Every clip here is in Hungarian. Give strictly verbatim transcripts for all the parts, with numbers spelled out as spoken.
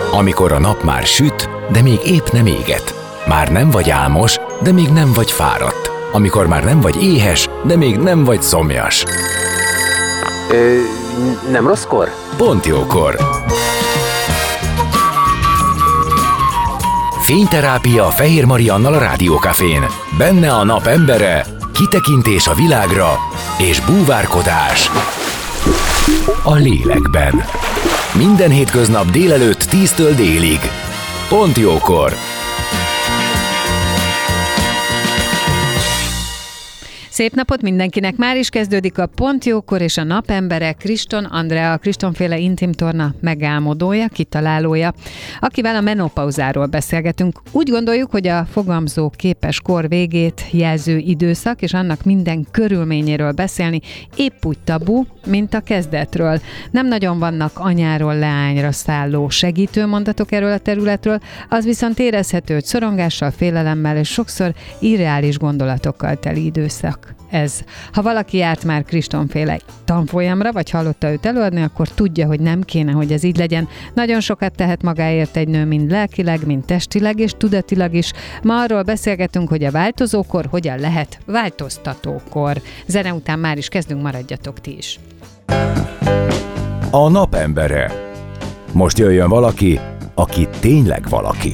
Amikor a nap már süt, de még épp nem éget. Már nem vagy álmos, de még nem vagy fáradt. Amikor már nem vagy éhes, de még nem vagy szomjas. Ö, nem rosszkor? Pont jókor. Fényterápia Fehér Mariannal a Rádiókafén. Benne a nap embere, kitekintés a világra és búvárkodás a lélekben. Minden hétköznap délelőtt tíztől délig. Pont jókor. Szép napot mindenkinek! Már is kezdődik a Pont jókor, és a napembere Kriston Andrea, a Kristonféle intim torna megálmodója, kitalálója, akivel a menopauzáról beszélgetünk. Úgy gondoljuk, hogy a fogamzó képes kor végét jelző időszak, és annak minden körülményéről beszélni épp úgy tabu, mint a kezdetről. Nem nagyon vannak anyáról leányra szálló segítő mondatok erről a területről, az viszont érezhető, hogy szorongással, félelemmel és sokszor irreális gondolatokkal teli időszak. Ez. Ha valaki járt már Kristonféle tanfolyamra, vagy hallotta őt előadni, akkor tudja, hogy nem kéne, hogy ez így legyen. Nagyon sokat tehet magáért egy nő, mind lelkileg, mind testileg és tudatilag is. Ma arról beszélgetünk, hogy a változókor hogyan lehet változtatókor. Zene után már is kezdünk, maradjatok ti is. A napembere. Most jöjjön valaki, aki tényleg valaki.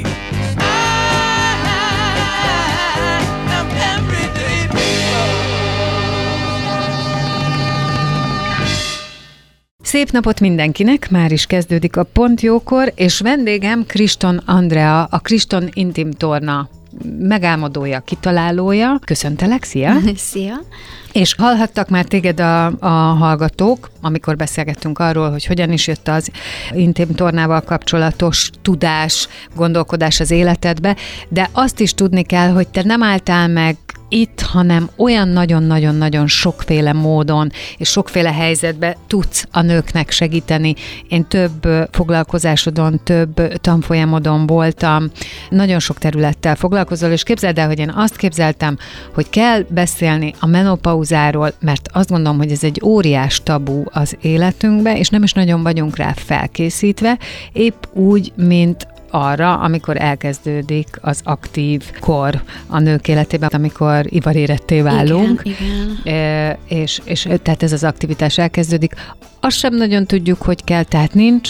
Szép napot mindenkinek, már is kezdődik a Pont jókor, és vendégem Kriston Andrea, a Kriston intim torna megálmodója, kitalálója. Köszöntelek, szia! Szia! És hallhattak már téged a, a hallgatók, amikor beszélgettünk arról, hogy hogyan is jött az intim tornával kapcsolatos tudás, gondolkodás az életedbe, de azt is tudni kell, hogy te nem álltál meg itt, hanem olyan nagyon-nagyon-nagyon sokféle módon és sokféle helyzetben tudsz a nőknek segíteni. Én több foglalkozásodon, több tanfolyamodon voltam, nagyon sok területtel foglalkozol, és képzeld el, hogy én azt képzeltem, hogy kell beszélni a menopauzáról, mert azt gondolom, hogy ez egy óriás tabu az életünkben, és nem is nagyon vagyunk rá felkészítve, épp úgy, mint arra, amikor elkezdődik az aktív kor a nők életében, amikor ivaréretté válunk. Igen, igen. E, és, és tehát ez az aktivitás elkezdődik. Azt sem nagyon tudjuk, hogy kell, tehát nincs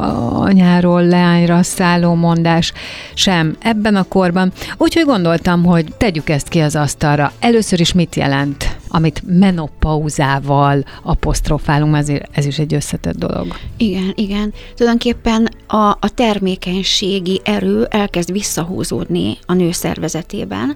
anyáról leányra szálló mondás sem ebben a korban. Úgyhogy gondoltam, hogy tegyük ezt ki az asztalra. Először is mit jelent, amit menopauzával apostrofálunk, ezért ez is egy összetett dolog. Igen, igen. Tulajdonképpen a, a termékenységi erő elkezd visszahúzódni a nő szervezetében,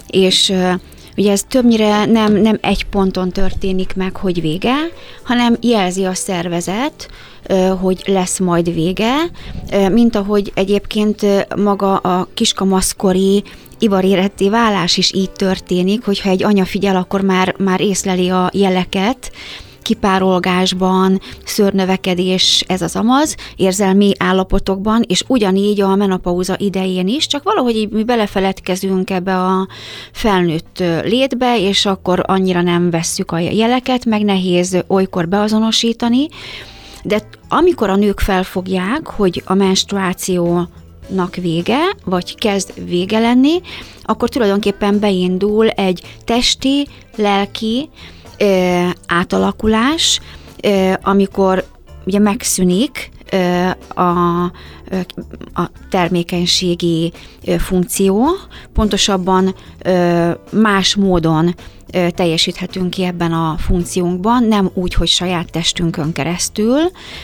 és ugye ez többnyire nem, nem egy ponton történik meg, hogy vége, hanem jelzi a szervezet, hogy lesz majd vége, mint ahogy egyébként maga a kiskamaszkori ivaréretté válás is így történik, hogyha egy anya figyel, akkor már, már észleli a jeleket, kipárolgásban, szőrnövekedés, ez az amaz, érzelmi állapotokban, és ugyanígy a menopauza idején is, csak valahogy így mi belefeledkezünk ebbe a felnőtt létbe, és akkor annyira nem vesszük a jeleket, meg nehéz olykor beazonosítani, de amikor a nők felfogják, hogy a menstruációnak vége, vagy kezd vége lenni, akkor tulajdonképpen beindul egy testi, lelki ö, átalakulás, ö, amikor ugye megszűnik ö, a, a termékenységi ö, funkció, pontosabban ö, más módon ö, teljesíthetünk ki ebben a funkciónkban, nem úgy, hogy saját testünkön keresztül,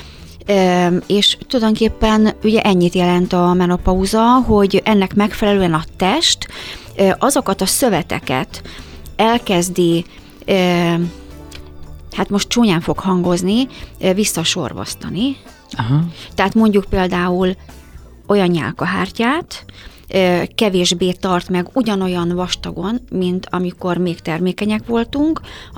és tulajdonképpen ugye ennyit jelent a menopauza, hogy ennek megfelelően a test azokat a szöveteket elkezdi, hát most csúnyán fog hangozni, visszasorvasztani. Aha. Tehát mondjuk például olyan nyálkahártyát, kevésbé tart meg ugyanolyan vastagon, mint amikor még termékenyek voltunk,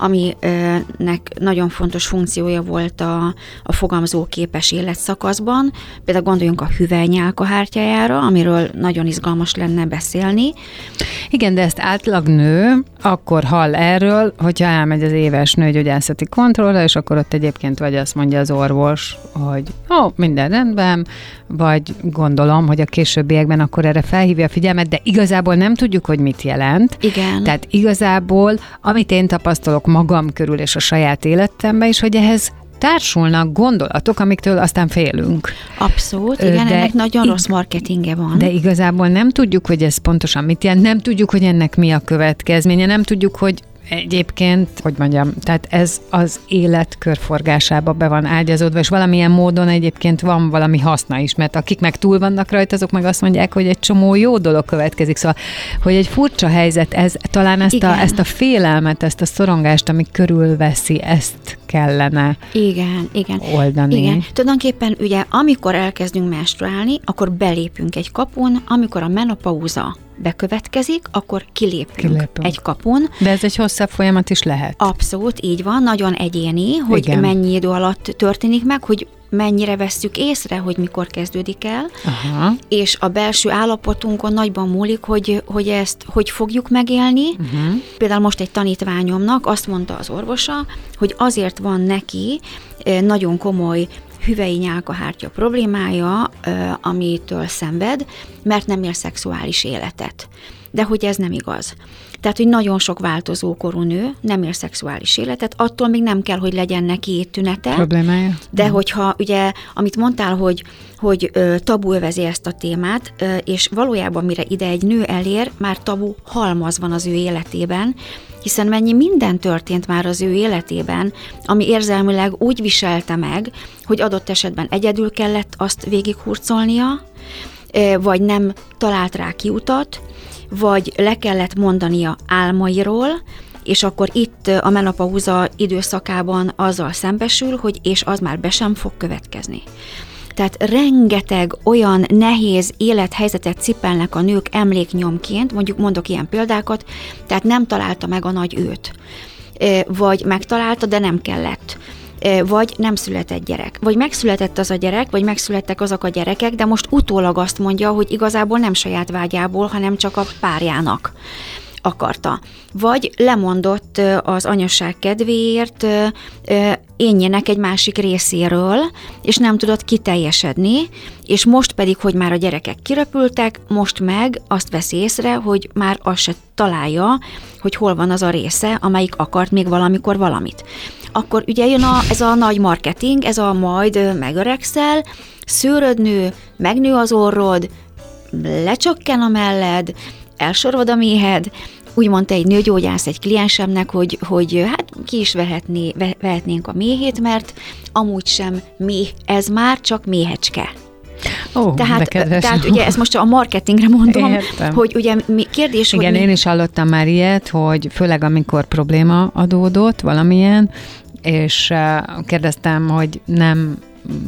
aminek nagyon fontos funkciója volt a, a fogamzóképes életszakaszban. Például gondoljunk a hüvelynyálkahártyájára, amiről nagyon izgalmas lenne beszélni. Igen, de ezt átlag nő akkor hall erről, hogyha elmegy az éves nőgyógyászati kontrollra, és akkor ott egyébként vagy azt mondja az orvos, hogy ó, minden rendben, vagy gondolom, hogy a későbbiekben akkor erre felhívja a figyelmet, de igazából nem tudjuk, hogy mit jelent. Igen. Tehát igazából, amit én tapasztalok magam körül és a saját életemben is, hogy ehhez társulnak gondolatok, amiktől aztán félünk. Abszolút, igen, de ennek nagyon ig- rossz marketingje van. De igazából nem tudjuk, hogy ez pontosan mit jelent, nem tudjuk, hogy ennek mi a következménye, nem tudjuk, hogy egyébként, hogy mondjam, tehát ez az élet körforgásába be van ágyazódva, és valamilyen módon egyébként van valami haszna is, mert akik meg túl vannak rajta, azok meg azt mondják, hogy egy csomó jó dolog következik. Szóval, hogy egy furcsa helyzet, ez talán ezt, a, ezt a félelmet, ezt a szorongást, ami körülveszi, ezt kellene igen, igen. oldani. Igen. Tulajdonképpen ugye, amikor elkezdünk menstruálni, akkor belépünk egy kapun, amikor a menopauza bekövetkezik, akkor kilépünk, kilépünk egy kapun. De ez egy hosszabb folyamat is lehet. Abszolút, így van, nagyon egyéni, hogy igen. mennyi idő alatt történik meg, hogy mennyire vesszük észre, hogy mikor kezdődik el, aha. és a belső állapotunkon nagyban múlik, hogy, hogy ezt hogy fogjuk megélni. Uh-huh. Például most egy tanítványomnak azt mondta az orvosa, hogy azért van neki nagyon komoly hüvelyi nyálkahártya problémája, amitől szenved, mert nem él szexuális életet. De hogy ez nem igaz. Tehát, hogy nagyon sok változókorú nő nem él szexuális életet, attól még nem kell, hogy legyen neki tünete. Problémája. De hogyha ugye, amit mondtál, hogy, hogy tabu övezi ezt a témát, és valójában mire ide egy nő elér, már tabu halmaz van az ő életében, hiszen mennyi minden történt már az ő életében, ami érzelmileg úgy viselte meg, hogy adott esetben egyedül kellett azt végighurcolnia, vagy nem talált rá kiutat, vagy le kellett mondania álmairól, és akkor itt a menopauza időszakában azzal szembesül, hogy és az már be sem fog következni. Tehát rengeteg olyan nehéz élethelyzetet cipelnek a nők emléknyomként, mondjuk mondok ilyen példákat, tehát nem találta meg a nagy őt, vagy megtalálta, de nem kellett, vagy nem született gyerek, vagy megszületett az a gyerek, vagy megszülettek azok a gyerekek, de most utólag azt mondja, hogy igazából nem saját vágyából, hanem csak a párjának akarta. Vagy lemondott az anyasság kedvéért énjének egy másik részéről, és nem tudott kiteljesedni, és most pedig, hogy már a gyerekek kirepültek, most meg azt veszi észre, hogy már azt se találja, hogy hol van az a része, amelyik akart még valamikor valamit. Akkor ugye jön a, ez a nagy marketing, ez a majd megöregszel, szőröd nő, megnő az orrod, lecsökken a melled, elsorvad a méhed. Úgy mondta egy nőgyógyász egy kliensemnek, hogy, hogy hát ki is vehetné, vehetnénk a méhét, mert amúgy sem méh, ez már csak méhecske. Ó, tehát, tehát ugye ezt most a marketingre mondom, értem. Hogy ugye kérdés, igen, hogy... én is hallottam már ilyet, hogy főleg amikor probléma adódott valamilyen, és kérdeztem, hogy nem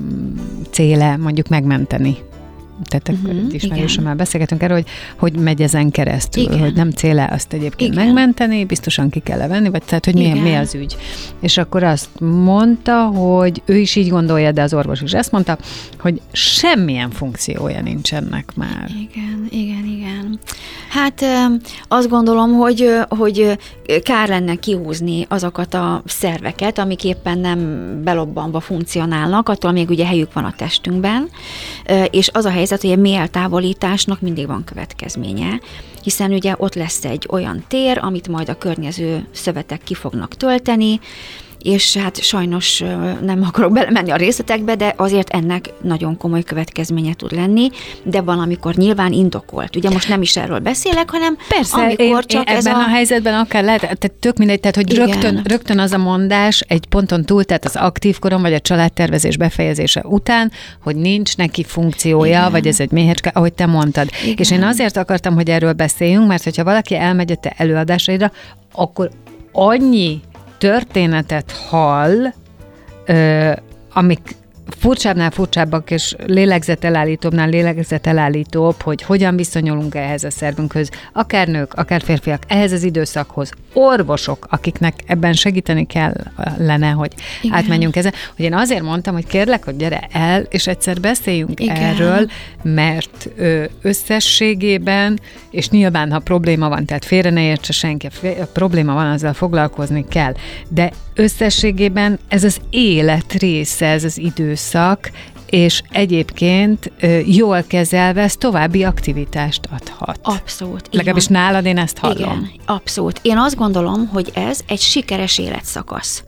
céle mondjuk megmenteni. Tehát uh-huh, ismerősömmel beszélgetünk erről, hogy hogy megy ezen keresztül, igen. hogy nem céle azt egyébként igen. megmenteni, biztosan ki kell venni, vagy tehát, hogy mi, mi az ügy. És akkor azt mondta, hogy ő is így gondolja, de az orvos is ezt mondta, hogy semmilyen funkciója nincsenek már. Igen, igen, igen. Hát azt gondolom, hogy, hogy kár lenne kihúzni azokat a szerveket, amik éppen nem belobbanva funkcionálnak, attól még ugye helyük van a testünkben, és az a helyzet, hogy a méheltávolításnak mindig van következménye, hiszen ugye ott lesz egy olyan tér, amit majd a környező szövetek ki fognak tölteni, és hát sajnos nem akarok belemenni a részletekbe, de azért ennek nagyon komoly következménye tud lenni, de van, amikor nyilván indokolt. Ugye most nem is erről beszélek, hanem persze, amikor én, csak én ez ebben a... a helyzetben akár lehet, tehát tök mindegy, tehát hogy rögtön, rögtön az a mondás egy ponton túl, tehát az aktív korom, vagy a családtervezés befejezése után, hogy nincs neki funkciója, igen. vagy ez egy méhecske, ahogy te mondtad. Igen. És én azért akartam, hogy erről beszéljünk, mert hogyha valaki elmegy a te előadásaidra, akkor annyi történetet hall, ö, amik furcsábbnál furcsábbak, és lélegzetelállítóbbnál lélegzetelállítóbb, hogy hogyan viszonyulunk ehhez a szervünkhöz, akár nők, akár férfiak, ehhez az időszakhoz, orvosok, akiknek ebben segíteni kellene, hogy igen. átmenjünk ezen. Hogy én azért mondtam, hogy kérlek, hogy gyere el, és egyszer beszéljünk igen. erről, mert összességében, és nyilván, ha probléma van, tehát félre ne értse senki, a probléma van, azzal foglalkozni kell, de összességében ez az élet része, ez az időszak, és egyébként jól kezelve ez további aktivitást adhat. Abszolút. Legalábbis van. nálad én ezt hallom. Igen, abszolút. Én azt gondolom, hogy ez egy sikeres életszakasz.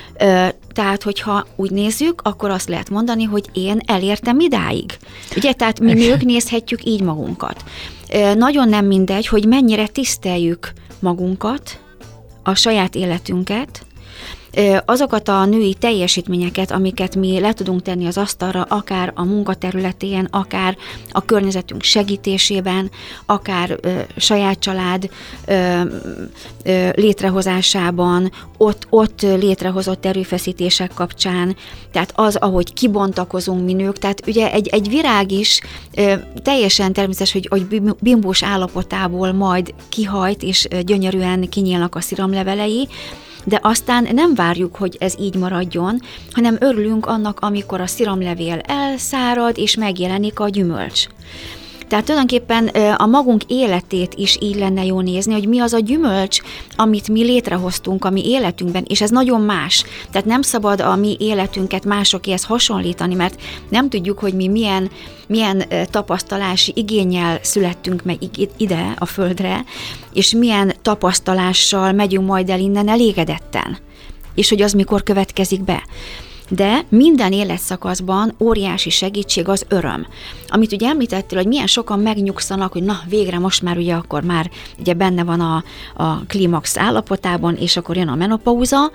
Tehát, hogyha úgy nézzük, akkor azt lehet mondani, hogy én elértem idáig. Ugye, tehát mi nők nézhetjük így magunkat. Nagyon nem mindegy, hogy mennyire tiszteljük magunkat, a saját életünket, azokat a női teljesítményeket, amiket mi le tudunk tenni az asztalra, akár a munkaterületén, akár a környezetünk segítésében, akár ö, saját család ö, ö, létrehozásában, ott, ott létrehozott erőfeszítések kapcsán, tehát az, ahogy kibontakozunk mi nők, tehát ugye egy, egy virág is ö, teljesen természetes, hogy, hogy bimbós állapotából majd kihajt, és gyönyörűen kinyílnak a sziromlevelei, de aztán nem várjuk, hogy ez így maradjon, hanem örülünk annak, amikor a sziromlevél elszárad, és megjelenik a gyümölcs. Tehát tulajdonképpen a magunk életét is így lenne jó nézni, hogy mi az a gyümölcs, amit mi létrehoztunk a mi életünkben, és ez nagyon más. Tehát nem szabad a mi életünket másokéhez hasonlítani, mert nem tudjuk, hogy mi milyen, milyen tapasztalási igénnyel születtünk meg ide a földre, és milyen tapasztalással megyünk majd el innen elégedetten, és hogy az mikor következik be. De minden életszakaszban óriási segítség az öröm. Amit ugye említettél, hogy milyen sokan megnyugszanak, hogy na végre most már ugye akkor már ugye benne van a, a klímax állapotában, és akkor jön a menopauza,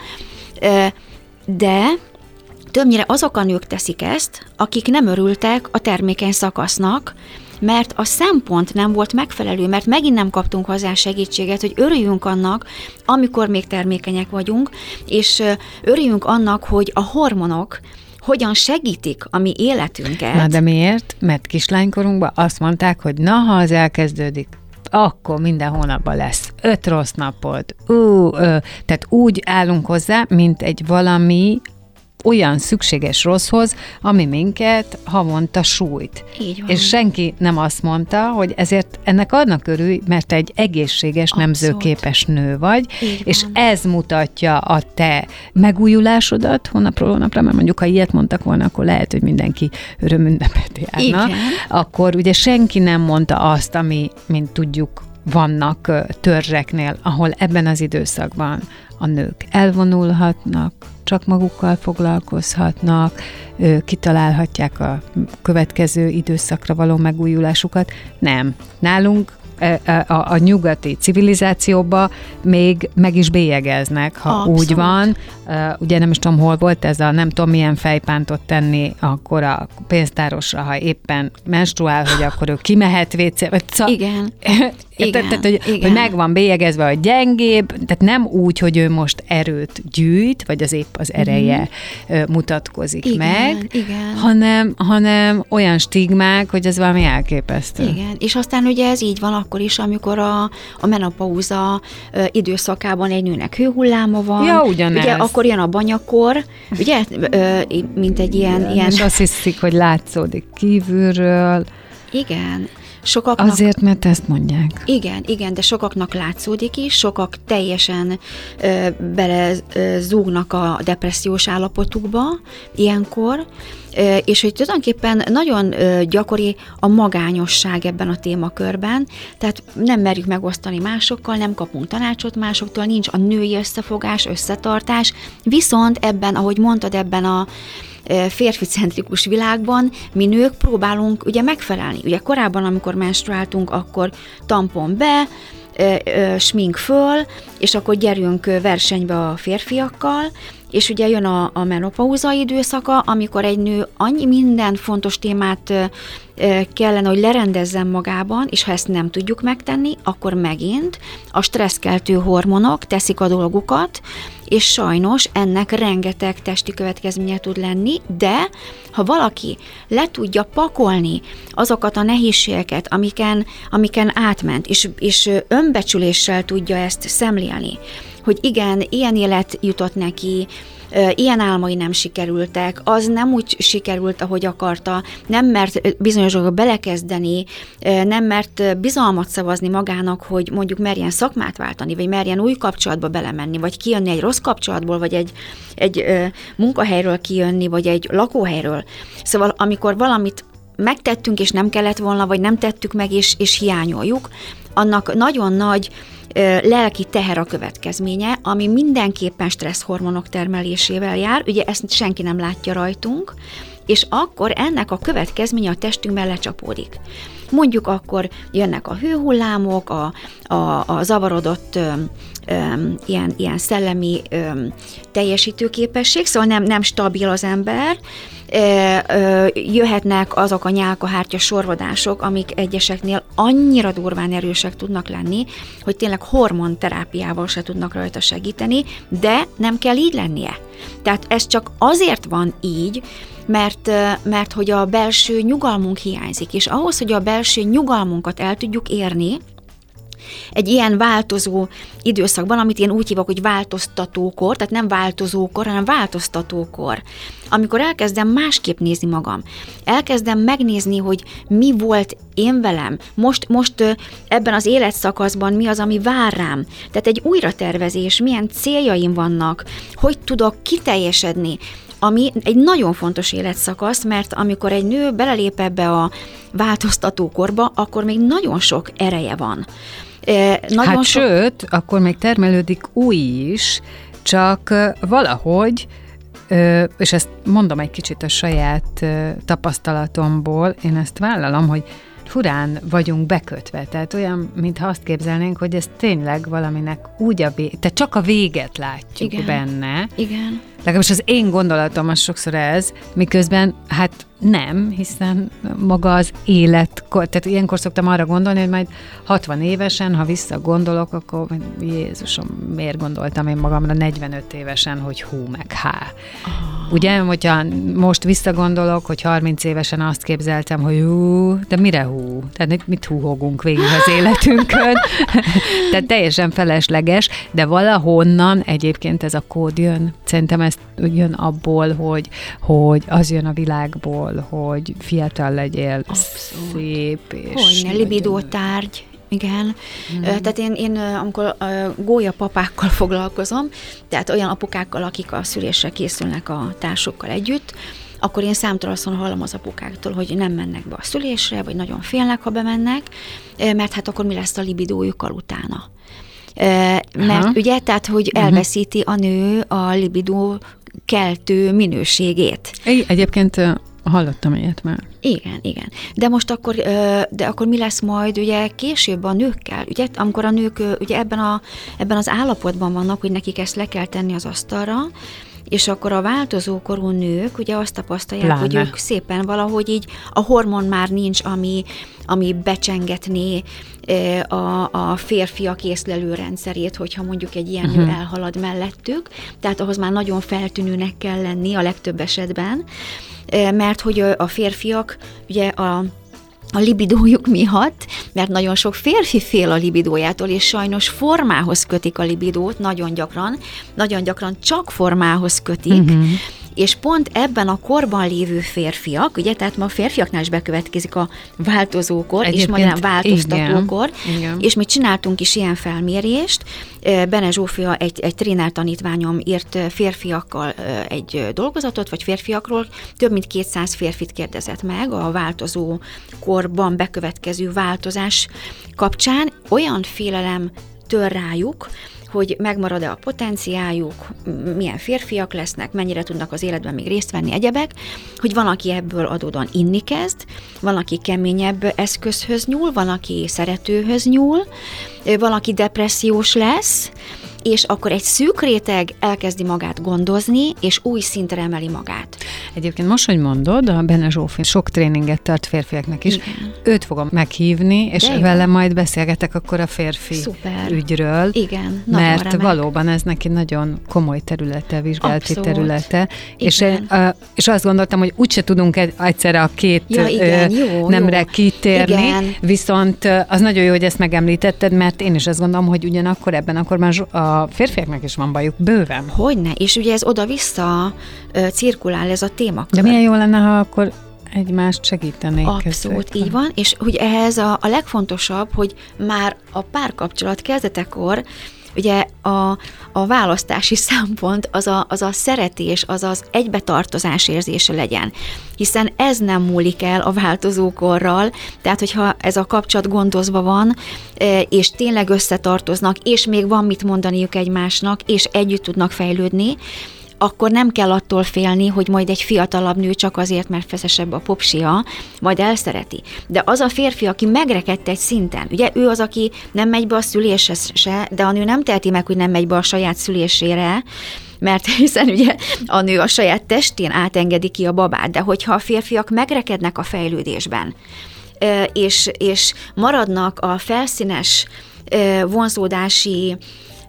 de többnyire azok a nők teszik ezt, akik nem örültek a termékeny szakasznak, mert a szempont nem volt megfelelő, mert megint nem kaptunk hozzá segítséget, hogy örüljünk annak, amikor még termékenyek vagyunk, és örüljünk annak, hogy a hormonok hogyan segítik a mi életünket. Na de miért? Mert kislánykorunkban azt mondták, hogy na, ha az elkezdődik, akkor minden hónapban lesz öt rossz napod. Ú, ö, tehát úgy állunk hozzá, mint egy valami olyan szükséges rosszhoz, ami minket havonta sújt. Így van. És senki nem azt mondta, hogy ezért ennek adnak örülj, mert te egy egészséges, abszolút nemzőképes nő vagy, így és van. ez mutatja a te megújulásodat hónapról hónapra, mert mondjuk, ha ilyet mondtak volna, akkor lehet, hogy mindenki örömünnepet járna. Igen. Akkor ugye senki nem mondta azt, ami, mint tudjuk, vannak törzseknél, ahol ebben az időszakban a nők elvonulhatnak, csak magukkal foglalkozhatnak, kitalálhatják a következő időszakra való megújulásukat. Nem. Nálunk a, a, a nyugati civilizációba még meg is bélyegeznek, ha abszolút úgy van. Ugye nem is tudom, hol volt ez a nem tudom milyen fejpántot tenni akkor a pénztárosra, ha éppen menstruál, hogy akkor ő kimehet vécé, vagy ca- Igen. Igen, tehát, hogy, igen. hogy meg van bélyegezve a gyengébb, tehát nem úgy, hogy ő most erőt gyűjt, vagy az épp az ereje mm. mutatkozik igen, meg, igen. Hanem, hanem olyan stigmák, hogy ez valami elképesztő. Igen, és aztán ugye ez így van akkor is, amikor a, a menopauza ö, időszakában egy nőnek hőhulláma van. Ja, ugyanez. Ugye akkor jön a banyakor, ugye, ö, mint egy ilyen... Igen, ilyen... és azt hiszik, hogy látszódik kívülről. Igen. Sokaknak, azért, mert ezt mondják. Igen, igen, de sokaknak látszódik is, sokak teljesen ö, bele ö, zúgnak a depressziós állapotukba ilyenkor, ö, és hogy tulajdonképpen nagyon ö, gyakori a magányosság ebben a témakörben, tehát nem merjük megosztani másokkal, nem kapunk tanácsot másoktól, nincs a női összefogás, összetartás, viszont ebben, ahogy mondtad, ebben a férficentrikus világban mi nők próbálunk ugye megfelelni. Ugye korábban, amikor menstruáltunk, akkor tampon be, smink föl, és akkor gyerünk versenybe a férfiakkal, és ugye jön a, a menopauza időszaka, amikor egy nő annyi minden fontos témát ö, ö, kellene, hogy lerendezzen magában, és ha ezt nem tudjuk megtenni, akkor megint a stresszkeltő hormonok teszik a dolgukat, és sajnos ennek rengeteg testi következménye tud lenni, de ha valaki le tudja pakolni azokat a nehézségeket, amiken, amiken átment, és, és önbecsüléssel tudja ezt szemlélni, hogy igen, ilyen élet jutott neki, ilyen álmai nem sikerültek, az nem úgy sikerült, ahogy akarta, nem mert bizonyos dolgok belekezdeni, nem mert bizalmat szavazni magának, hogy mondjuk merjen szakmát váltani, vagy merjen új kapcsolatba belemenni, vagy kijönni egy rossz kapcsolatból, vagy egy, egy munkahelyről kijönni, vagy egy lakóhelyről. Szóval amikor valamit megtettünk, és nem kellett volna, vagy nem tettük meg, és, és hiányoljuk, annak nagyon nagy lelki teher a következménye, ami mindenképpen stresszhormonok termelésével jár, ugye ezt senki nem látja rajtunk, és akkor ennek a következménye a testünkben lecsapódik. Mondjuk akkor jönnek a hőhullámok, a, a, a zavarodott ö, ö, ilyen, ilyen szellemi ö, teljesítőképesség, szóval nem, nem stabil az ember, ö, ö, jöhetnek azok a nyálkahártya sorvadások, amik egyeseknél annyira durván erősek tudnak lenni, hogy tényleg hormonterápiával se tudnak rajta segíteni, de nem kell így lennie. Tehát ez csak azért van így, mert, mert hogy a belső nyugalmunk hiányzik, és ahhoz, hogy a belső nyugalmunkat el tudjuk érni, egy ilyen változó időszakban, amit én úgy hívok, hogy változtatókor, tehát nem változókor, hanem változtatókor, amikor elkezdem másképp nézni magam, elkezdem megnézni, hogy mi volt én velem, most, most ebben az életszakaszban mi az, ami vár rám, tehát egy újratervezés, milyen céljaim vannak, hogy tudok kiteljesedni, ami egy nagyon fontos életszakasz, mert amikor egy nő belelép ebbe a változtatókorba, akkor még nagyon sok ereje van. E, nagyon hát sok... sőt, akkor még termelődik új is, csak valahogy, és ezt mondom egy kicsit a saját tapasztalatomból, én ezt vállalom, hogy furán vagyunk bekötve, tehát olyan, mintha azt képzelnénk, hogy ez tényleg valaminek úgy a vége, tehát csak a véget látjuk Igen. benne. Igen. Legalábbis az én gondolatom az sokszor ez, miközben hát nem, hiszen maga az életkor, tehát ilyenkor szoktam arra gondolni, hogy majd hatvan évesen, ha visszagondolok, akkor Jézusom, miért gondoltam én magamra negyvenöt évesen, hogy hú meg há. Oh. Ugye, hogyha most visszagondolok, hogy harminc évesen azt képzeltem, hogy hú, de mire hú? Tehát mit húhogunk végig az életünkön? Tehát teljesen felesleges, de valahonnan egyébként ez a kód jön. Szerintem ez jön abból, hogy, hogy az jön a világból, hogy fiatal legyél, abszolút. Szép és... Hogyne, libidótárgy, igen. Mm. Tehát én, én amikor gólya papákkal foglalkozom, tehát olyan apukákkal, akik a szülésre készülnek a társukkal együtt, akkor én számtalanszor hallom az apukáktól, hogy nem mennek be a szülésre, vagy nagyon félnek, ha bemennek, mert hát akkor mi lesz a libidójukkal utána. Mert Aha. ugye, tehát, hogy elveszíti a nő a libidó keltő minőségét. Egyébként hallottam ilyet már. Igen, igen. De most akkor, de akkor mi lesz majd ugye később a nőkkel? Ugye, amikor a nők ugye ebben, a, ebben az állapotban vannak, hogy nekik ezt le kell tenni az asztalra, és akkor a változókorú nők ugye azt tapasztalják, Pláne. hogy ők szépen valahogy így a hormon már nincs, ami, ami becsengetné a, a férfiak észlelő rendszerét, hogyha mondjuk egy ilyen uh-huh. nő elhalad mellettük, tehát ahhoz már nagyon feltűnőnek kell lenni a legtöbb esetben, mert hogy a férfiak ugye a a libidójuk miatt, mert nagyon sok férfi fél a libidójától, és sajnos formához kötik a libidót, nagyon gyakran, nagyon gyakran csak formához kötik, uh-huh. és pont ebben a korban lévő férfiak, ugye, tehát ma a férfiaknál is bekövetkezik a változókor, Egyébként, és magyarán változtatókor, igen, igen. és mi csináltunk is ilyen felmérést, Bene Zsófia, egy, egy tréner tanítványom írt férfiakkal egy dolgozatot, vagy férfiakról, több mint kétszáz férfit kérdezett meg a változó korban bekövetkező változás kapcsán, olyan félelem tör rájuk, hogy megmarad-e a potenciáljuk, milyen férfiak lesznek, mennyire tudnak az életben még részt venni egyebek, hogy van, aki ebből adódóan inni kezd, van, aki keményebb eszközhöz nyúl, van, aki szeretőhöz nyúl, van, aki depressziós lesz, és akkor egy szűk réteg elkezdi magát gondozni, és új szintre emeli magát. Egyébként most, hogy mondod, a Bene Zsófi sok tréninget tart férfiaknak is. Igen. Őt fogom meghívni, és vele majd beszélgetek akkor a férfi Szuper. ügyről. Igen, mert remek. valóban ez neki nagyon komoly területe, vizsgálati Abszolút. területe. És, Igen. és azt gondoltam, hogy úgyse tudunk egyszerre a két ja, igen, jó, nemre jó. kitérni, Igen. viszont az nagyon jó, hogy ezt megemlítetted, mert én is azt gondolom, hogy ugyanakkor ebben akkor már a férfiaknak is van bajuk, bőven. Hogyne, és ugye ez oda-vissza ö, cirkulál ez a témakör. De milyen jó lenne, ha akkor egymást segítenék. Abszolút, így van, és hogy ehhez a, a legfontosabb, hogy már a párkapcsolat kezdetekor ugye a, a választási szempont az a, az a szeretés, az az egybetartozás érzése legyen. Hiszen ez nem múlik el a változókorral, tehát hogyha ez a kapcsolat gondozva van, és tényleg összetartoznak, és még van mit mondaniuk egymásnak, és együtt tudnak fejlődni, akkor nem kell attól félni, hogy majd egy fiatalabb nő csak azért, mert feszesebb a popsia, majd elszereti. De az a férfi, aki megrekedt egy szinten, ugye ő az, aki nem megy be a szüléshez se, de a nő nem teheti meg, hogy nem megy be a saját szülésére, mert hiszen ugye a nő a saját testén átengedi ki a babát, de hogyha a férfiak megrekednek a fejlődésben, és, és maradnak a felszínes vonzódási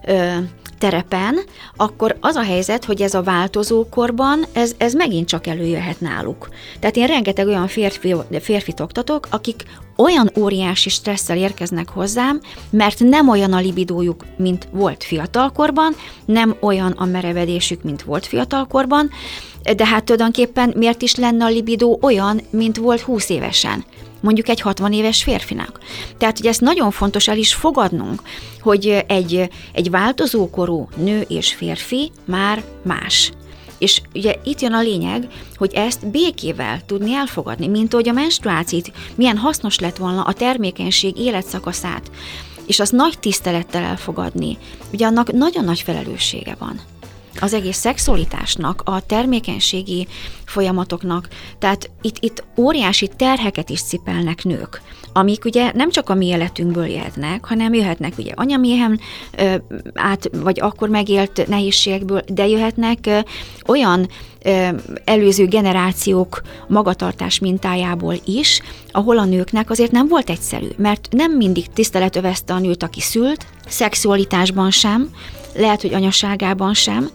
terepen, akkor az a helyzet, hogy ez a változókorban, ez, ez megint csak előjöhet náluk. Tehát én rengeteg olyan férfi, férfit oktatok, akik olyan óriási stresszel érkeznek hozzám, mert nem olyan a libidójuk, mint volt fiatalkorban, nem olyan a merevedésük, mint volt fiatalkorban, de hát tulajdonképpen miért is lenne a libidó olyan, mint volt húsz évesen? Mondjuk egy hatvan éves férfinak. Tehát, hogy ezt nagyon fontos el is fogadnunk, hogy egy, egy változókorú nő és férfi már más. És ugye itt jön a lényeg, hogy ezt békével tudni elfogadni, mint hogy a menstruációt milyen hasznos lett volna a termékenység életszakaszát, és azt nagy tisztelettel elfogadni. Ugye annak nagyon nagy felelőssége van. Az egész szexualitásnak, a termékenységi folyamatoknak, tehát itt, itt óriási terheket is cipelnek nők, amik ugye nem csak a mi életünkből jöhetnek, hanem jöhetnek ugye anyaméhen ö, át, vagy akkor megélt nehézségekből, de jöhetnek ö, olyan ö, előző generációk magatartás mintájából is, ahol a nőknek azért nem volt egyszerű, mert nem mindig tisztelet övezte a nőt, aki szült, szexualitásban sem, lehet, hogy anyaságában sem.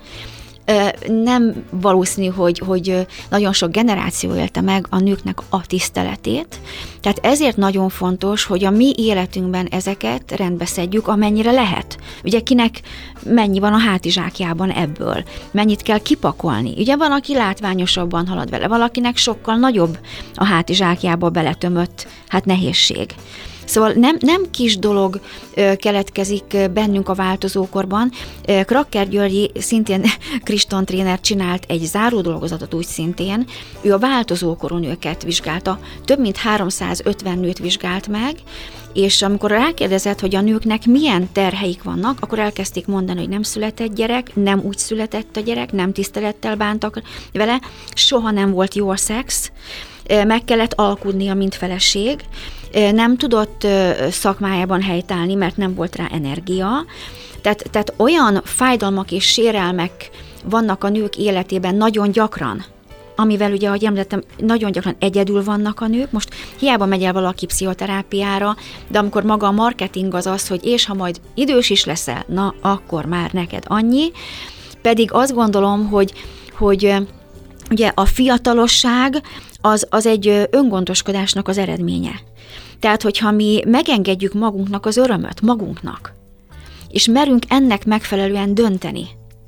Nem valószínű, hogy, hogy nagyon sok generáció élte meg a nőknek a tiszteletét. Tehát ezért nagyon fontos, hogy a mi életünkben ezeket rendbe szedjük, amennyire lehet. Ugye kinek mennyi van a hátizsákjában ebből? Mennyit kell kipakolni? Ugye van, aki látványosabban halad vele, valakinek sokkal nagyobb a hátizsákjába beletömött hát nehézség. Szóval nem, nem kis dolog ö, keletkezik bennünk a változókorban. Krakker Györgyi, szintén Kriston tréner csinált egy záró dolgozatot úgy szintén, ő a változókorú nőket vizsgálta, több mint háromszázötven nőt vizsgált meg, és amikor rákérdezett, hogy a nőknek milyen terheik vannak, akkor elkezdték mondani, hogy nem született gyerek, nem úgy született a gyerek, nem tisztelettel bántak vele, soha nem volt jó a szex, meg kellett alkudnia, mint feleség, nem tudott szakmájában helytállni, mert nem volt rá energia. Tehát, tehát olyan fájdalmak és sérelmek vannak a nők életében nagyon gyakran, amivel ugye, ahogy említettem, nagyon gyakran egyedül vannak a nők. Most hiába megy el valaki pszichoterápiára, de amikor maga a marketing az az, hogy és ha majd idős is leszel, na akkor már neked annyi. Pedig azt gondolom, hogy, hogy ugye a fiatalosság az, az egy öngondoskodásnak az eredménye. Tehát, hogyha mi megengedjük magunknak az örömöt, magunknak, és merünk ennek megfelelően dönteni,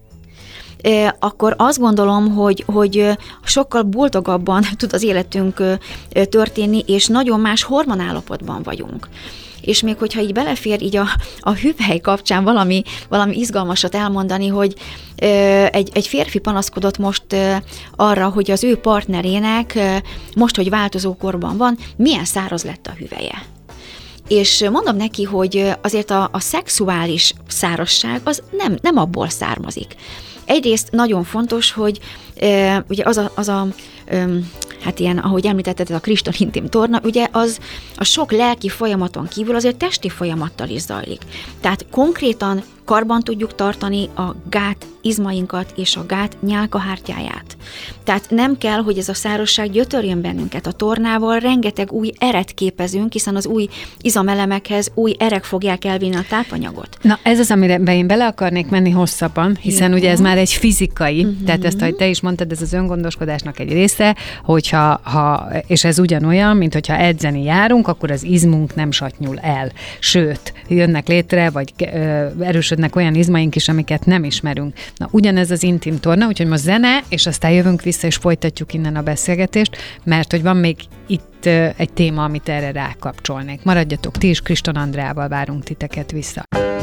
akkor azt gondolom, hogy, hogy sokkal boldogabban tud az életünk történni, és nagyon más hormonállapotban vagyunk. És még hogyha így belefér így a, a hüvely kapcsán valami, valami izgalmasat elmondani, hogy ö, egy, egy férfi panaszkodott most ö, arra, hogy az ő partnerének ö, most, hogy változókorban van, milyen száraz lett a hüvelye. És mondom neki, hogy azért a, a szexuális szárazság az nem, nem abból származik. Egyrészt nagyon fontos, hogy ö, ugye az a, az a ö, hát ilyen, ahogy említetted, a Kriston intim torna, ugye az a sok lelki folyamaton kívül azért testi folyamattal is zajlik. Tehát konkrétan karban tudjuk tartani a gát izmainkat és a gát nyálkahártyáját. Tehát nem kell, hogy ez a szárazság gyötörjön bennünket. A tornával rengeteg új eret képezünk, hiszen az új izamelemekhez új erek fogják elvinni a tápanyagot. Na, ez az, amire én bele akarnék menni hosszabban, hiszen ja. ugye ez már egy fizikai, uh-huh. tehát ezt, ahogy te is mondtad, ez az öngondoskodásnak egy része, hogyha, ha, és ez ugyanolyan, mint hogyha edzeni járunk, akkor az izmunk nem satnyul el. Sőt, jönnek létre, vagy ö, erősödnek olyan izmaink is, amiket nem ismerünk. Na, ugyanez az intim torna, úgyhogy most zene, és aztán jövünk vissza, és folytatjuk innen a beszélgetést, mert hogy van még itt ö, egy téma, amit erre rákapcsolnék. Maradjatok ti is, Kriston Andreával várunk titeket vissza.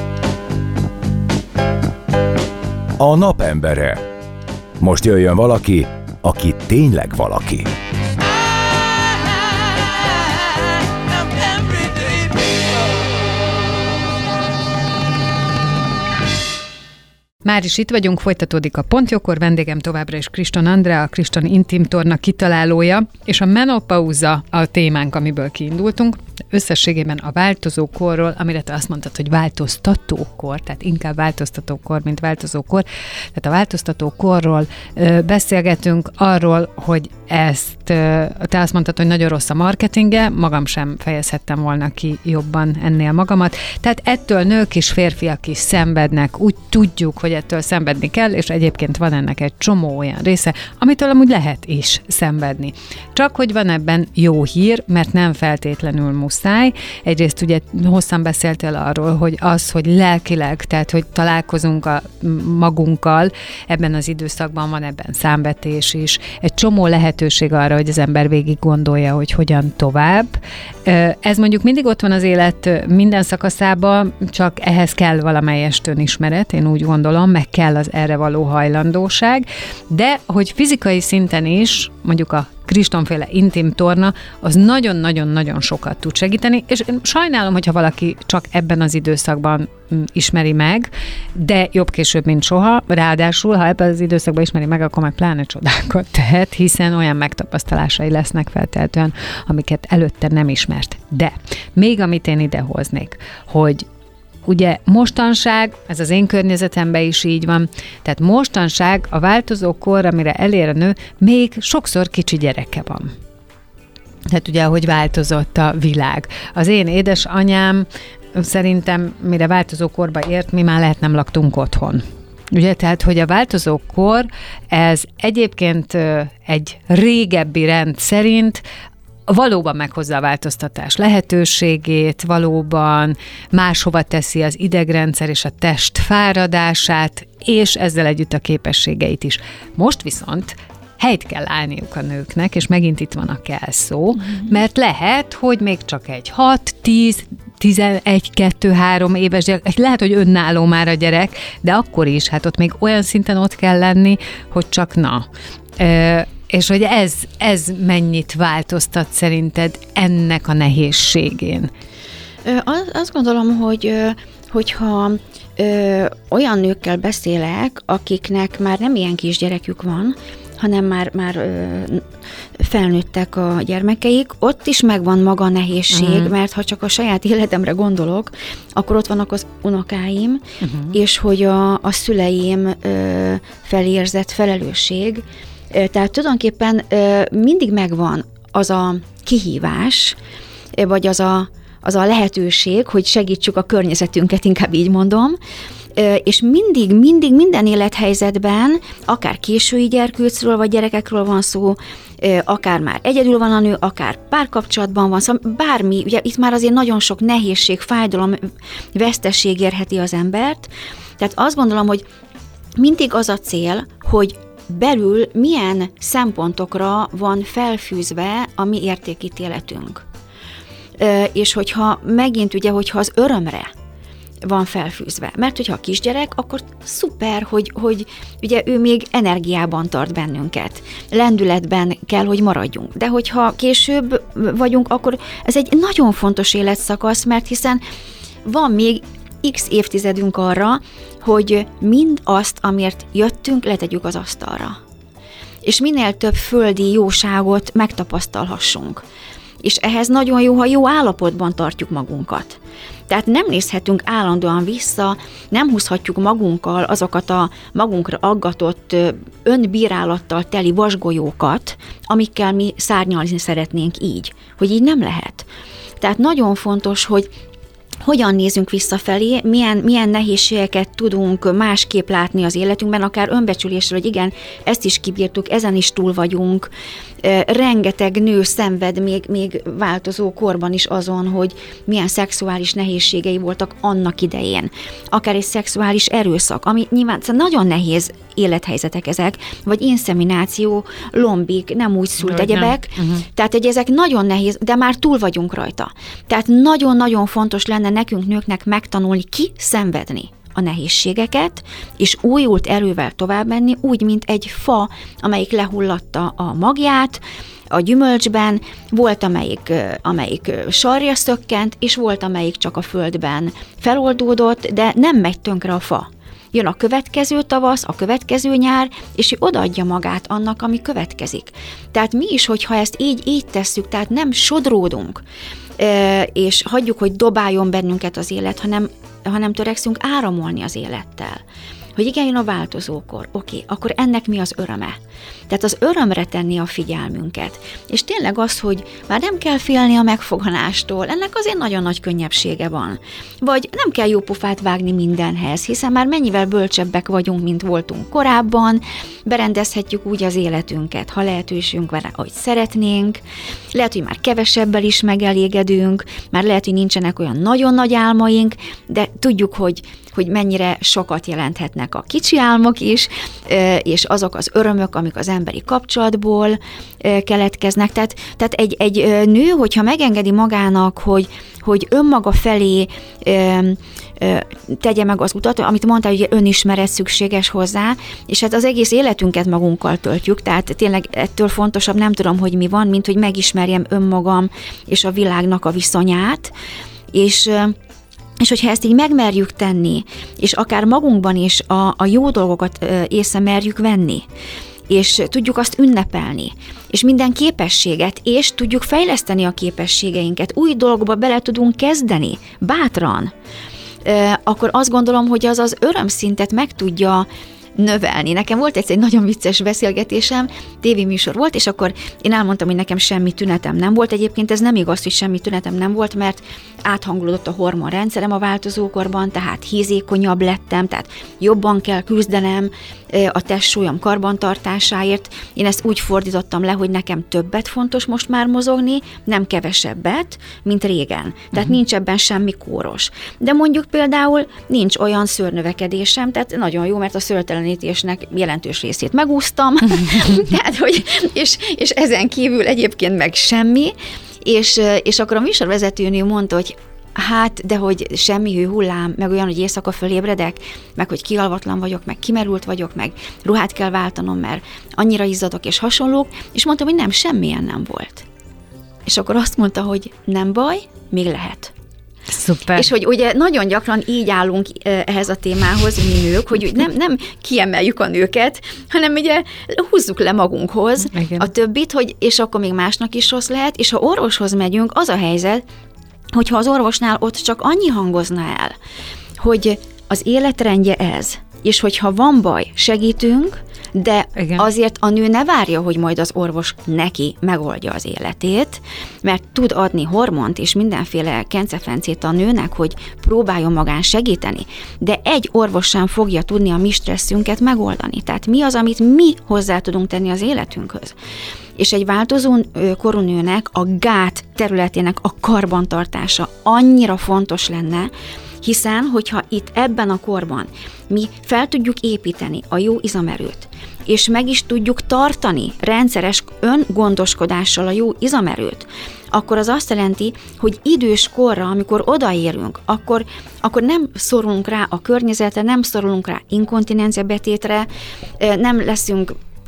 A napembere. Most jöjjön valaki, aki tényleg valaki. Már is itt vagyunk, folytatódik a Pontjókor, vendégem továbbra is Kriston Andrea, a Kriston intim torna kitalálója, és a menopauza a témánk, amiből kiindultunk. Összességében a változókorról, amire te azt mondtad, hogy változtatókor, tehát inkább változtatókor, mint változókor. Tehát a változtatókorról ö, beszélgetünk, arról, hogy ezt, ö, te azt mondtad, hogy nagyon rossz a marketingje, magam sem fejezhettem volna ki jobban ennél magamat. Tehát ettől nők és férfiak is szenvednek, úgy tudjuk, hogy ettől szenvedni kell, és egyébként van ennek egy csomó olyan része, amitől amúgy lehet is szenvedni. Csak hogy van ebben jó hír, mert nem feltétlenül muszáj. Egyrészt ugye hosszan beszéltél arról, hogy az, hogy lelkileg, tehát hogy találkozunk a magunkkal, ebben az időszakban van ebben számvetés is. Egy csomó lehetőség arra, hogy az ember végig gondolja, hogy hogyan tovább. Ez mondjuk mindig ott van az élet minden szakaszában, csak ehhez kell valamelyest önismeret, én úgy gondolom, meg kell az erre való hajlandóság, de hogy fizikai szinten is, mondjuk a Kristonféle intim torna, az nagyon-nagyon-nagyon sokat tud segíteni, és én sajnálom, hogyha valaki csak ebben az időszakban ismeri meg, de jobb később, mint soha. Ráadásul, ha ebben az időszakban ismeri meg, akkor meg pláne csodákat tehet, hiszen olyan megtapasztalásai lesznek feltétlenül, amiket előtte nem ismert. De még amit én idehoznék, hogy ugye mostanság, ez az én környezetemben is így van, tehát mostanság a változó kor, amire elér a nő, még sokszor kicsi gyereke van. Tehát ugye, ahogy változott a világ. Az én édesanyám szerintem, mire változó korba ért, mi már lehet nem laktunk otthon. Ugye, tehát, hogy a változó kor, ez egyébként egy régebbi rend szerint valóban meghozza a változtatás lehetőségét, valóban máshova teszi az idegrendszer és a test fáradását, és ezzel együtt a képességeit is. Most viszont helyt kell állniuk a nőknek, és megint itt van a kell szó, mert lehet, hogy még csak egy hat, tíz, tizenegy, kettő, három éves gyerek, lehet, hogy önálló már a gyerek, de akkor is, hát ott még olyan szinten ott kell lenni, hogy csak na. És hogy ez, ez mennyit változtat szerinted ennek a nehézségén? Azt gondolom, hogy hogyha ö, olyan nőkkel beszélek, akiknek már nem ilyen kisgyerekük van, hanem már, már ö, felnőttek a gyermekeik, ott is megvan maga a nehézség, uh-huh. mert ha csak a saját életemre gondolok, akkor ott vannak az unokáim, uh-huh. és hogy a, a szüleim ö, felérzett felelősség. Tehát tulajdonképpen mindig megvan az a kihívás, vagy az a, az a lehetőség, hogy segítsük a környezetünket, inkább így mondom, és mindig, mindig, minden élethelyzetben, akár késői gyerkőcről vagy gyerekekről van szó, akár már egyedül van a nő, akár párkapcsolatban van, szóval bármi, ugye itt már azért nagyon sok nehézség, fájdalom, veszteség érheti az embert, tehát azt gondolom, hogy mindig az a cél, hogy belül milyen szempontokra van felfűzve a mi értékítéletünk. És hogyha megint ugye, hogyha az örömre van felfűzve. Mert hogyha a kisgyerek, akkor szuper, hogy, hogy ugye ő még energiában tart bennünket. Lendületben kell, hogy maradjunk. De hogyha később vagyunk, akkor ez egy nagyon fontos életszakasz, mert hiszen van még x évtizedünk arra, hogy mind azt, amiért jöttünk, letegyük az asztalra. és minél több földi jóságot megtapasztalhassunk. És ehhez nagyon jó, ha jó állapotban tartjuk magunkat. Tehát nem nézhetünk állandóan vissza, nem húzhatjuk magunkkal azokat a magunkra aggatott, önbírálattal teli vasgolyókat, amikkel mi szárnyalni szeretnénk így, hogy így nem lehet. Tehát nagyon fontos, hogy hogyan nézünk visszafelé, milyen, milyen nehézségeket tudunk másképp látni az életünkben, akár önbecsülésről, hogy igen, ezt is kibírtuk, ezen is túl vagyunk. Rengeteg nő szenved még, még változó korban is azon, hogy milyen szexuális nehézségei voltak annak idején. Akár egy szexuális erőszak, ami nyilván nagyon nehéz élethelyzetek ezek, vagy inszemináció, lombik, nem úgy szült egyebek. Uh-huh. Tehát, hogy ezek nagyon nehéz, de már túl vagyunk rajta. Tehát nagyon-nagyon fontos lenne nekünk nőknek megtanulni ki szenvedni a nehézségeket, és újult erővel tovább menni, úgy, mint egy fa, amelyik lehullatta a magját, a gyümölcsben, volt amelyik, amelyik sarja szökkent, és volt amelyik csak a földben feloldódott, de nem megy tönkre a fa. Jön a következő tavasz, a következő nyár, és ő odaadja magát annak, ami következik. Tehát mi is, hogyha ezt így, így tesszük, tehát nem sodródunk, és hagyjuk, hogy dobáljon bennünket az élet, hanem, hanem törekszünk áramolni az élettel. Hogy igen, jön a változókor, oké, akkor ennek mi az öröme? Tehát az örömre tenni a figyelmünket. És tényleg az, hogy már nem kell félni a megfoganástól, ennek azért nagyon nagy könnyebbsége van. Vagy nem kell jó pofát vágni mindenhez, hiszen már mennyivel bölcsebbek vagyunk, mint voltunk korábban, berendezhetjük úgy az életünket, ha lehetőségünk van, ahogy szeretnénk, lehet, hogy már kevesebbel is megelégedünk, már lehet, hogy nincsenek olyan nagyon nagy álmaink, de tudjuk, hogy hogy mennyire sokat jelenthetnek a kicsi álmok is, és azok az örömök, amik az emberi kapcsolatból keletkeznek. Tehát, tehát egy, egy nő, hogyha megengedi magának, hogy, hogy önmaga felé tegye meg az utat, amit mondtál, hogy önismeret szükséges hozzá, és hát az egész életünket magunkkal töltjük, tehát tényleg ettől fontosabb, nem tudom, hogy mi van, mint hogy megismerjem önmagam és a világnak a viszonyát, és És hogyha ezt így megmerjük tenni, és akár magunkban is a, a jó dolgokat észre merjük venni, és tudjuk azt ünnepelni, és minden képességet, és tudjuk fejleszteni a képességeinket, új dolgokba bele tudunk kezdeni, bátran, akkor azt gondolom, hogy az az örömszintet meg tudja növelni. Nekem volt egyszer egy nagyon vicces beszélgetésem, tévéműsor volt, és akkor én elmondtam, hogy nekem semmi tünetem nem volt. Egyébként ez nem igaz, hogy semmi tünetem nem volt, mert áthangolódott a hormonrendszerem a változókorban, tehát hízékonyabb lettem, tehát jobban kell küzdenem a testsúlyom karbantartásáért. Én ezt úgy fordítottam le, hogy nekem többet fontos most már mozogni, nem kevesebbet, mint régen. Tehát uh-huh. nincs ebben semmi kóros. De mondjuk például nincs olyan szőrnövekedésem, tehát nagyon jó, mert a szőrtelenítésnek jelentős részét megúsztam, tehát, hogy, és, és ezen kívül egyébként meg semmi, és, és akkor a műsorvezetőnő mondta, hogy hát, de hogy semmi hőhullám, meg olyan, hogy éjszaka fölébredek, meg hogy kialvatlan vagyok, meg kimerült vagyok, meg ruhát kell váltanom, mert annyira izzadok és hasonlók, és mondtam, hogy nem, semmilyen nem volt. És akkor azt mondta, hogy nem baj, még lehet. Szuper. És hogy ugye nagyon gyakran így állunk ehhez a témához, mi nők, hogy nem, nem kiemeljük a nőket, hanem ugye húzzuk le magunkhoz igen. a többit, hogy, és akkor még másnak is rossz lehet, és ha orvoshoz megyünk, az a helyzet, hogyha az orvosnál ott csak annyi hangozna el, hogy az életrendje ez, és hogyha van baj, segítünk, de igen. azért a nő ne várja, hogy majd az orvos neki megoldja az életét, mert tud adni hormont és mindenféle kencefencét a nőnek, hogy próbáljon magán segíteni, de egy orvos sem fogja tudni a mi stresszünket megoldani. Tehát mi az, amit mi hozzá tudunk tenni az életünkhöz. És egy változó korú nőnek a gát területének a karbantartása annyira fontos lenne, hiszen, hogyha itt ebben a korban mi fel tudjuk építeni a jó izamerőt, és meg is tudjuk tartani rendszeres öngondoskodással a jó izamerőt, akkor az azt jelenti, hogy idős korra, amikor odaérünk, akkor, akkor nem szorulunk rá a környezetre, nem szorulunk rá inkontinencia betétre, nem leszünk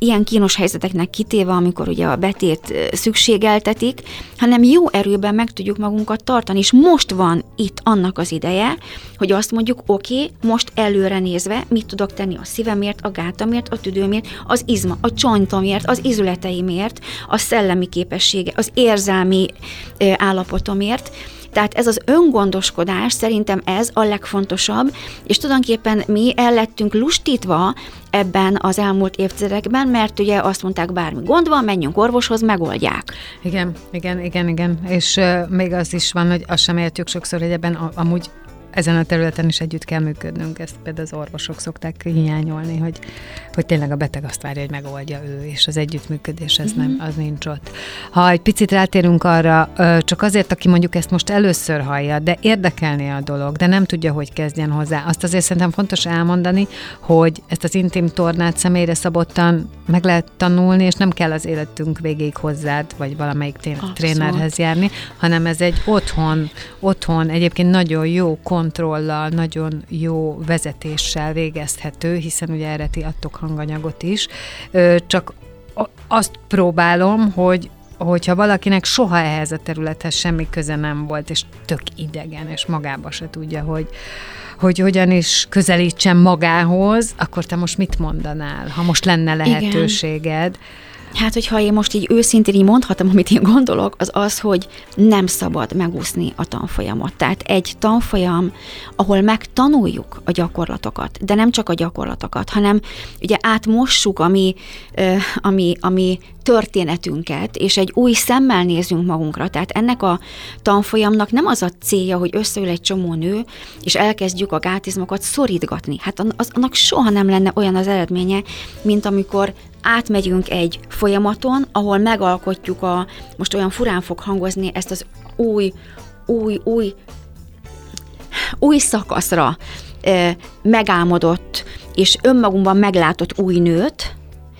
ilyen kínos helyzeteknek kitéve, amikor ugye a betét szükségeltetik, hanem jó erőben meg tudjuk magunkat tartani, és most van itt annak az ideje, hogy azt mondjuk, oké, okay, most előre nézve mit tudok tenni a szívemért, a gátamért, a tüdőmért, az izma, a csontomért, az izületeimért, a szellemi képessége, az érzelmi állapotomért. Tehát ez az öngondoskodás, szerintem ez a legfontosabb, és tulajdonképpen mi el lettünk lustítva ebben az elmúlt évtizedekben, mert ugye azt mondták, bármi gond van, menjünk orvoshoz, megoldják. Igen, igen, igen, igen. És uh, még az is van, hogy azt sem értjük sokszor, hogy ebben a, amúgy ezen a területen is együtt kell működnünk, ezt például az orvosok szokták hiányolni, hogy, hogy tényleg a beteg azt várja, hogy megoldja ő, és az együttműködés ez nem, az nincs ott. Ha egy picit rátérünk arra, csak azért, aki mondjuk ezt most először hallja, de érdekelné a dolog, de nem tudja, hogy kezdjen hozzá, azt azért szerintem fontos elmondani, hogy ezt az intim tornát személyre szabottan meg lehet tanulni, és nem kell az életünk végéig hozzád, vagy valamelyik trénerhez járni, hanem ez egy otthon, otthon egyébként nagyon jó kontrollal, nagyon jó vezetéssel végezhető, hiszen ugye erre ti adtok hanganyagot is. Csak azt próbálom, hogy hogyha valakinek soha ehhez a területhez semmi köze nem volt, és tök idegen, és magába se tudja, hogy, hogy hogyan is közelítsen magához, akkor te most mit mondanál, ha most lenne lehetőséged? Igen. Hát, hogyha én most így őszintén így mondhatom, amit én gondolok, az az, hogy nem szabad megúszni a tanfolyamot. Tehát egy tanfolyam, ahol megtanuljuk a gyakorlatokat, de nem csak a gyakorlatokat, hanem ugye átmossuk a mi, a mi, a mi történetünket, és egy új szemmel nézünk magunkra. Tehát ennek a tanfolyamnak nem az a célja, hogy összeül egy csomó nő, és elkezdjük a gátizmokat szorítgatni. Hát az, annak soha nem lenne olyan az eredménye, mint amikor átmegyünk egy folyamaton, ahol megalkotjuk a, most olyan furán fog hangozni, ezt az új, új, új, új szakaszra e, megálmodott és önmagunkban meglátott új nőt,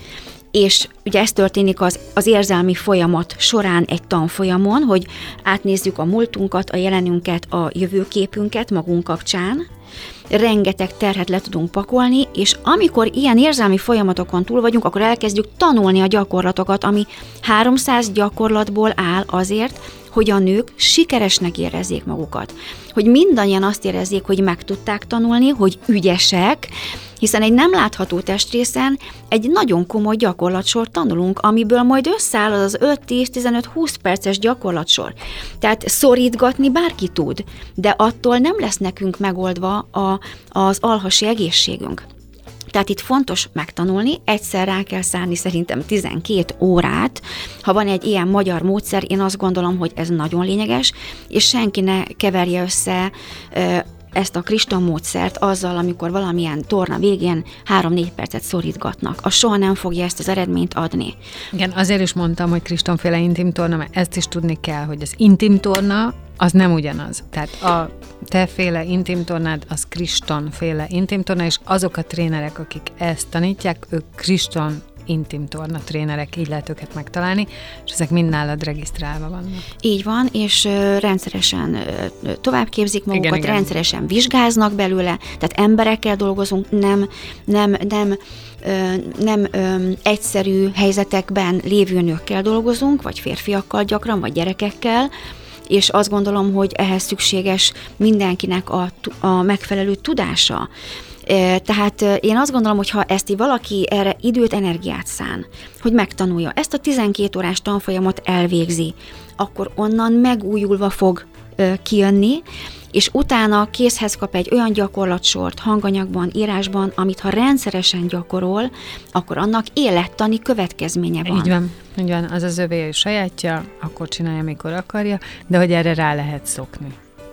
és ugye ez történik az, az érzelmi folyamat során egy tanfolyamon, hogy átnézzük a múltunkat, a jelenünket, a jövőképünket magunk kapcsán, rengeteg terhet le tudunk pakolni, és amikor ilyen érzelmi folyamatokon túl vagyunk, akkor elkezdjük tanulni a gyakorlatokat, ami háromszáz gyakorlatból áll azért, hogy a nők sikeresnek érezzék magukat. Hogy mindannyian azt érezzék, hogy meg tudták tanulni, hogy ügyesek, hiszen egy nem látható testrészen egy nagyon komoly gyakorlatsor tanulunk, amiből majd összeáll az az öt, tíz, tizenöt, húsz perces gyakorlatsor. Tehát szorítgatni bárki tud, de attól nem lesz nekünk megoldva a, az alhasi egészségünk. Tehát itt fontos megtanulni, egyszer rá kell szállni szerintem tizenkét órát. Ha van egy ilyen magyar módszer, én azt gondolom, hogy ez nagyon lényeges, és senki ne keverje össze ezt a Kriston módszert azzal, amikor valamilyen torna végén három-négy percet szorítgatnak. Az soha nem fogja ezt az eredményt adni. Igen, azért is mondtam, hogy Kristonféle intim torna, mert ezt is tudni kell, hogy az intim torna az nem ugyanaz. Tehát a te féle intim tornád, az Kristonféle intim torna, és azok a trénerek, akik ezt tanítják, ők Kriston intim torna trénerek, így lehet őket megtalálni, és ezek mind nálad regisztrálva vannak. Így van, és ö, rendszeresen ö, továbbképzik magukat, igen, igen. rendszeresen vizsgáznak belőle, tehát emberekkel dolgozunk, nem, nem, nem, ö, nem ö, egyszerű helyzetekben lévő nőkkel dolgozunk, vagy férfiakkal gyakran, vagy gyerekekkel, és azt gondolom, hogy ehhez szükséges mindenkinek a, a megfelelő tudása. Tehát én azt gondolom, hogy ha ezt így valaki erre időt, energiát szán, hogy megtanulja, ezt a tizenkét órás tanfolyamot elvégzi, akkor onnan megújulva fog kijönni, és utána készhez kap egy olyan gyakorlatsort hanganyagban, írásban, amit ha rendszeresen gyakorol, akkor annak élettani következménye van. Így van, így van, az az övé sajátja, akkor csinálja, mikor akarja, de hogy erre rá lehet szokni.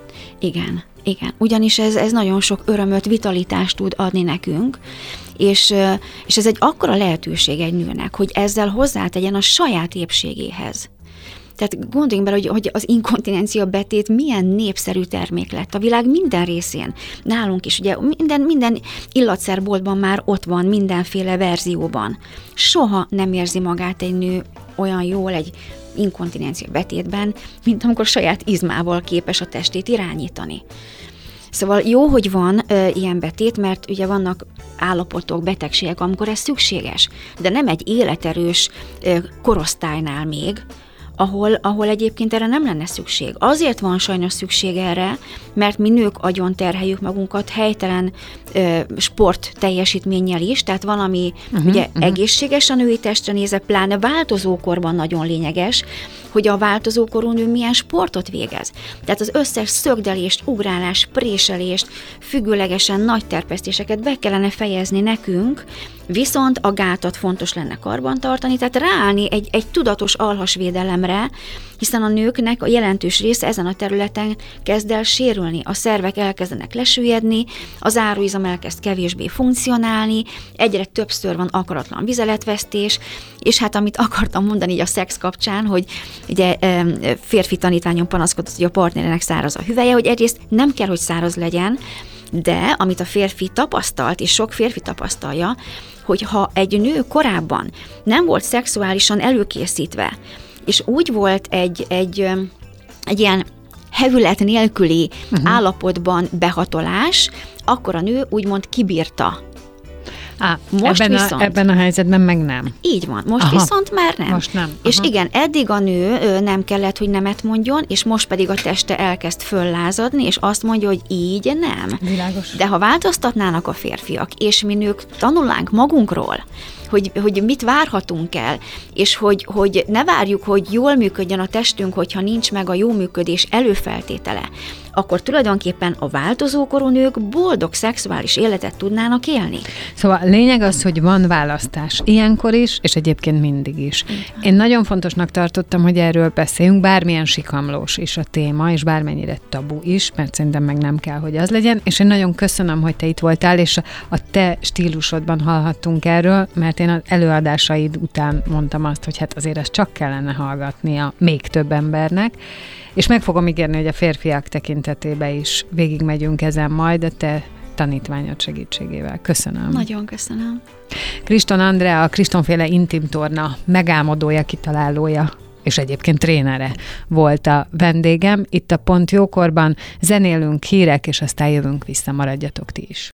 Igen. Igen, ugyanis ez, ez nagyon sok örömöt, vitalitást tud adni nekünk, és, és ez egy akkora lehetőség egy nőnek, hogy ezzel hozzátegyen a saját épségéhez. Tehát gondoljunk bele, hogy, hogy az inkontinencia betét milyen népszerű termék lett a világ minden részén. Nálunk is, ugye minden, minden illatszerboltban már ott van, mindenféle verzióban. Soha nem érzi magát egy nő olyan jól egy inkontinencia betétben, mint amikor saját izmával képes a testét irányítani. Szóval jó, hogy van ö, ilyen betét, mert ugye vannak állapotok, betegségek, amikor ez szükséges, de nem egy életerős ö, korosztálynál még, ahol, ahol egyébként erre nem lenne szükség. Azért van sajnos szükség erre, mert mi nők agyon terheljük magunkat helytelen ö, sport teljesítménnyel is, tehát valami uh-huh, ugye uh-huh. egészséges a női testre nézve, pláne változókorban nagyon lényeges, hogy a változókorú nő milyen sportot végez. Tehát az összes szögdelést, ugrálás, préselést, függőlegesen nagy terpesztéseket be kellene fejezni nekünk, viszont a gátat fontos lenne karbantartani, tehát ráállni egy, egy tudatos alhasvédelemre, hiszen a nőknek a jelentős része ezen a területen kezd el sérülni. A szervek elkezdenek lesüllyedni, az áruizom elkezd kevésbé funkcionálni, egyre többször van akaratlan vizeletvesztés, és hát amit akartam mondani így a szex kapcsán, hogy ugye férfi tanítványom panaszkodott, hogy a partnerének száraz a hüvelye, hogy egyrészt nem kell, hogy száraz legyen, de amit a férfi tapasztalt, és sok férfi tapasztalja, hogy ha egy nő korábban nem volt szexuálisan előkészítve, és úgy volt egy, egy, egy ilyen hevület nélküli uh-huh. állapotban behatolás, akkor a nő úgymond kibírta. Á, most ebben, viszont, a, ebben a helyzetben meg nem. Így van, most Aha, viszont már nem. Most nem. És igen, eddig a nő nem kellett, hogy nemet mondjon, és most pedig a teste elkezd föllázadni, és azt mondja, hogy így nem. Világos. De ha változtatnának a férfiak, és mi nők tanulnánk magunkról, hogy, hogy mit várhatunk el, és hogy, hogy ne várjuk, hogy jól működjön a testünk, hogyha nincs meg a jó működés előfeltétele, akkor tulajdonképpen a változókorú nők boldog szexuális életet tudnának élni. Szóval a lényeg az, hogy van választás ilyenkor is, és egyébként mindig is. Én nagyon fontosnak tartottam, hogy erről beszéljünk, bármilyen sikamlós is a téma, és bármennyire tabu is, mert szerintem meg nem kell, hogy az legyen, és én nagyon köszönöm, hogy te itt voltál, és a te stílusodban hallhattunk erről, mert én az előadásaid után mondtam azt, hogy hát azért ezt csak kellene hallgatnia még több embernek, és meg fogom ígérni, hogy a férfiak tekintetében is végigmegyünk ezen majd, a te tanítványod segítségével. Köszönöm. Nagyon köszönöm. Kriston Andrea, a Kristonféle Intim Torna megálmodója, kitalálója, és egyébként trénere volt a vendégem. Itt a Pont Jókorban zenélünk, hírek, és aztán jövünk vissza, maradjatok ti is.